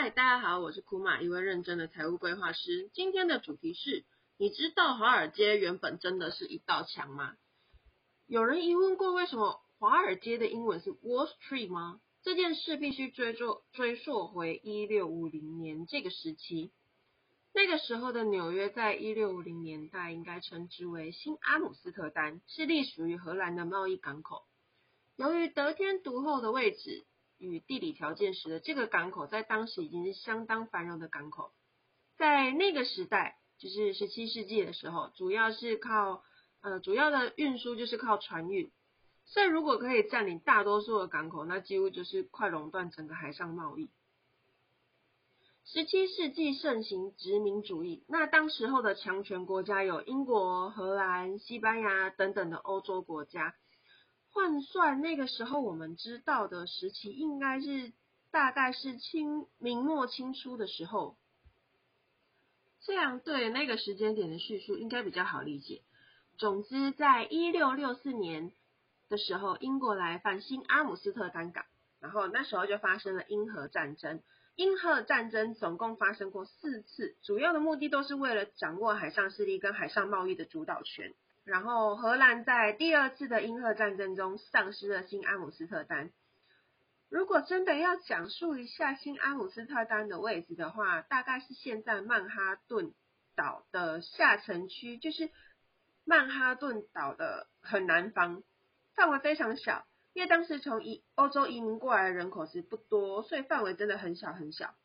嗨，大家好，我是库玛，一位认真的财务规划师。今天的主题是：你知道华尔街原本真的是一道墙吗？有人疑问过为什么华尔街的英文是 Wall Street 吗？这件事必须追溯回1650年这个时期。那个时候的纽约在1650年代应该称之为新阿姆斯特丹，是隶属于荷兰的贸易港口。由于得天独厚的位置与地理条件使得这个港口在当时已经是相当繁荣的港口。在那个时代，就是17世纪的时候，主要的运输就是靠船运。所以如果可以占领大多数的港口，那几乎就是快垄断整个海上贸易。17世纪盛行殖民主义，那当时候的强权国家有英国、荷兰、西班牙等等的欧洲国家。换算那个时候我们知道的时期，大概是明末清初的时候，这样对那个时间点的叙述应该比较好理解。总之，在1664年的时候，英国来犯新阿姆斯特丹港，然后那时候就发生了英荷战争。英荷战争总共发生过4次，主要的目的都是为了掌握海上势力跟海上贸易的主导权。然后荷兰在第2次的英荷战争中丧失了新阿姆斯特丹。如果真的要讲述一下新阿姆斯特丹的位置的话，大概是现在曼哈顿岛的下城区，就是曼哈顿岛的很南方，范围非常小，因为当时从欧洲移民过来的人口是不多，所以范围真的很小很小。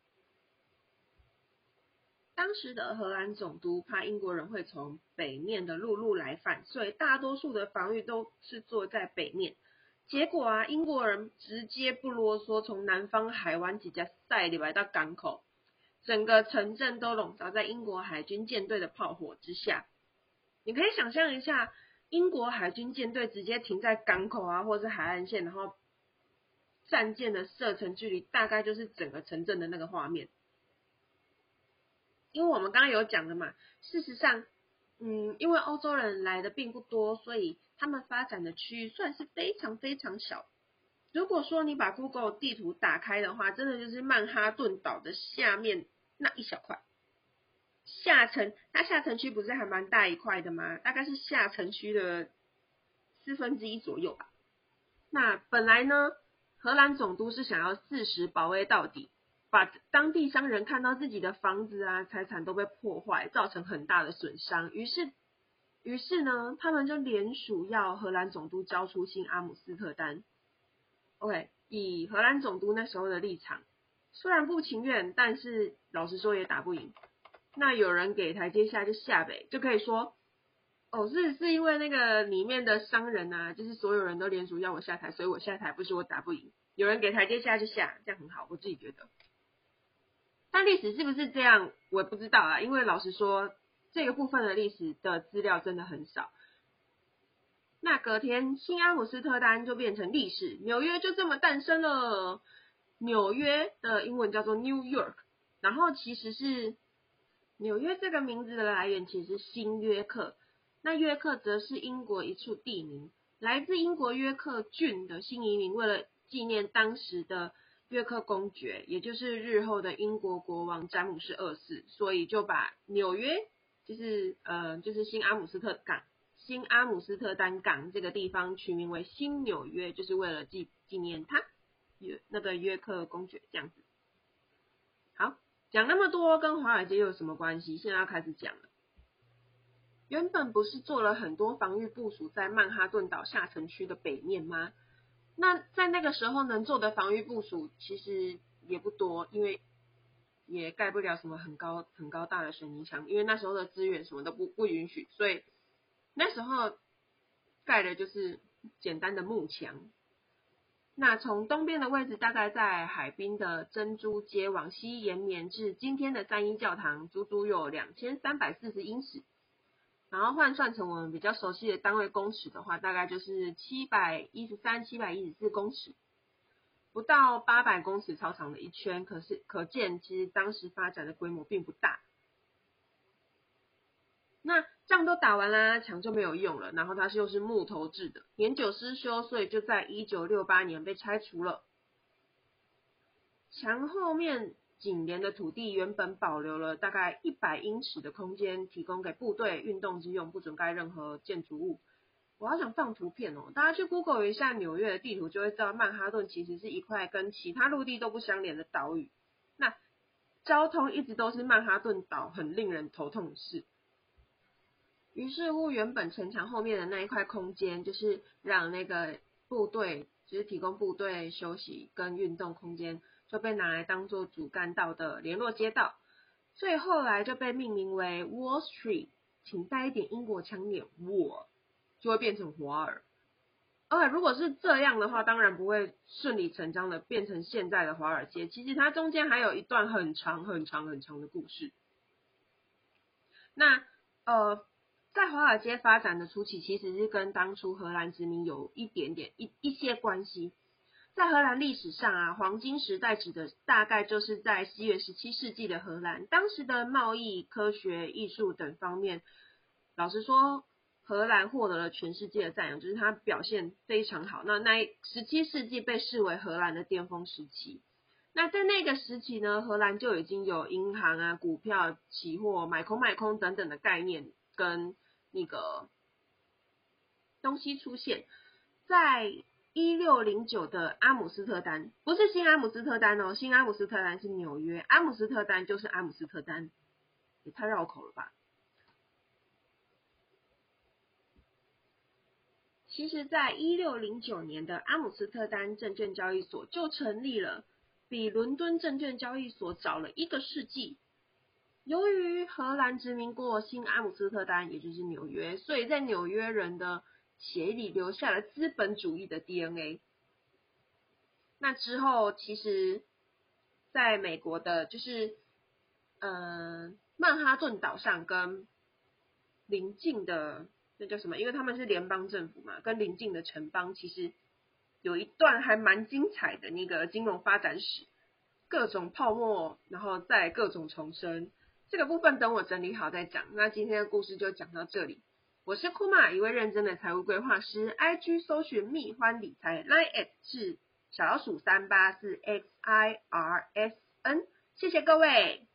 当时的荷兰总督怕英国人会从北面的陆路来犯，所以大多数的防御都是做在北面。结果英国人直接不啰嗦，从南方海湾直接塞里来到港口，整个城镇都笼罩在英国海军舰队的炮火之下。你可以想象一下，英国海军舰队直接停在港口或是海岸线，然后战舰的射程距离大概就是整个城镇的那个画面。因为我们刚刚有讲的嘛，事实上，因为欧洲人来的并不多，所以他们发展的区域算是非常非常小。如果说你把 Google 地图打开的话，真的就是曼哈顿岛的下面那一小块。它下城区不是还蛮大一块的吗？大概是下城区的1/4左右吧。那本来呢，荷兰总督是想要誓死保卫到底，把当地商人看到自己的房子财产都被破坏，造成很大的损伤，于是呢，他们就联署要荷兰总督交出新阿姆斯特丹。OK， 以荷兰总督那时候的立场，虽然不情愿，但是老实说也打不赢。那有人给台阶下就下呗，就可以说，是因为那个里面的商人就是所有人都联署要我下台，所以我下台，不是我打不赢。有人给台阶下就下，这样很好，我自己觉得。但历史是不是这样，我也不知道因为老实说，这个部分的历史的资料真的很少。那隔天，新阿姆斯特丹就变成历史，纽约就这么诞生了。纽约的英文叫做 New York， 然后其实是纽约这个名字的来源其实是新约克，那约克则是英国一处地名，来自英国约克郡的新移民为了纪念当时的约克公爵，也就是日后的英国国王詹姆士2世，所以就把纽约就是新阿姆斯特丹港这个地方取名为新纽约，就是为了纪念他那个约克公爵这样子。好，讲那么多跟华尔街有什么关系？现在要开始讲了。原本不是做了很多防御部署在曼哈顿岛下城区的北面吗？那在那个时候能做的防御部署其实也不多，因为也盖不了什么很高大的水泥墙，因为那时候的资源什么都不允许，所以那时候盖的就是简单的木墙。那从东边的位置大概在海滨的珍珠街往西延绵至今天的三一教堂，足足有2340英尺，然后换算成我们比较熟悉的单位公尺的话，大概就是713、714公尺，不到800公尺操场的一圈，可见其实当时发展的规模并不大。那仗都打完啦，墙就没有用了，然后它又是木头制的，年久失修，所以就在1968年被拆除了。墙后面紧连的土地原本保留了大概100英尺的空间，提供给部队运动之用，不准盖任何建筑物。我好想放图片哦，大家去 Google 一下纽约的地图，就会知道曼哈顿其实是一块跟其他陆地都不相连的岛屿。那交通一直都是曼哈顿岛很令人头痛的事。于是乎，原本城墙后面的那一块空间，就是让那个部队，就是提供部队休息跟运动空间，就被拿来当做主干道的联络街道，所以后来就被命名为 Wall Street， 请带一点英国腔点 ，Wall 就会变成华尔。如果是这样的话，当然不会顺理成章的变成现在的华尔街。其实它中间还有一段很长的故事。那在华尔街发展的初期，其实是跟当初荷兰殖民有一些关系。在荷兰历史上啊，黄金时代指的大概就是在西元17世纪的荷兰，当时的贸易、科学、艺术等方面，老实说，荷兰获得了全世界的赞扬，就是它表现非常好。那17世纪被视为荷兰的巅峰时期。那在那个时期呢，荷兰就已经有银行啊、股票、期货、买空卖空等等的概念跟那个东西出现。在1609的阿姆斯特丹，不是新阿姆斯特丹哦，新阿姆斯特丹是纽约，阿姆斯特丹就是阿姆斯特丹，也太绕口了吧。其实在1609年的阿姆斯特丹证券交易所就成立了，比伦敦证券交易所早了1个世纪。由于荷兰殖民过新阿姆斯特丹，也就是纽约，所以在纽约人的血液里留下了资本主义的 DNA。那之后，其实在美国的就是曼哈顿岛上跟邻近的那叫什么？因为他们是联邦政府嘛，跟邻近的城邦其实有一段还蛮精彩的那个金融发展史，各种泡沫，然后再各种重生。这个部分等我整理好再讲。那今天的故事就讲到这里。我是库玛，一位认真的财务规划师。IG 搜寻蜜欢理财 ，Line@ 是小老鼠384XIRSN。谢谢各位。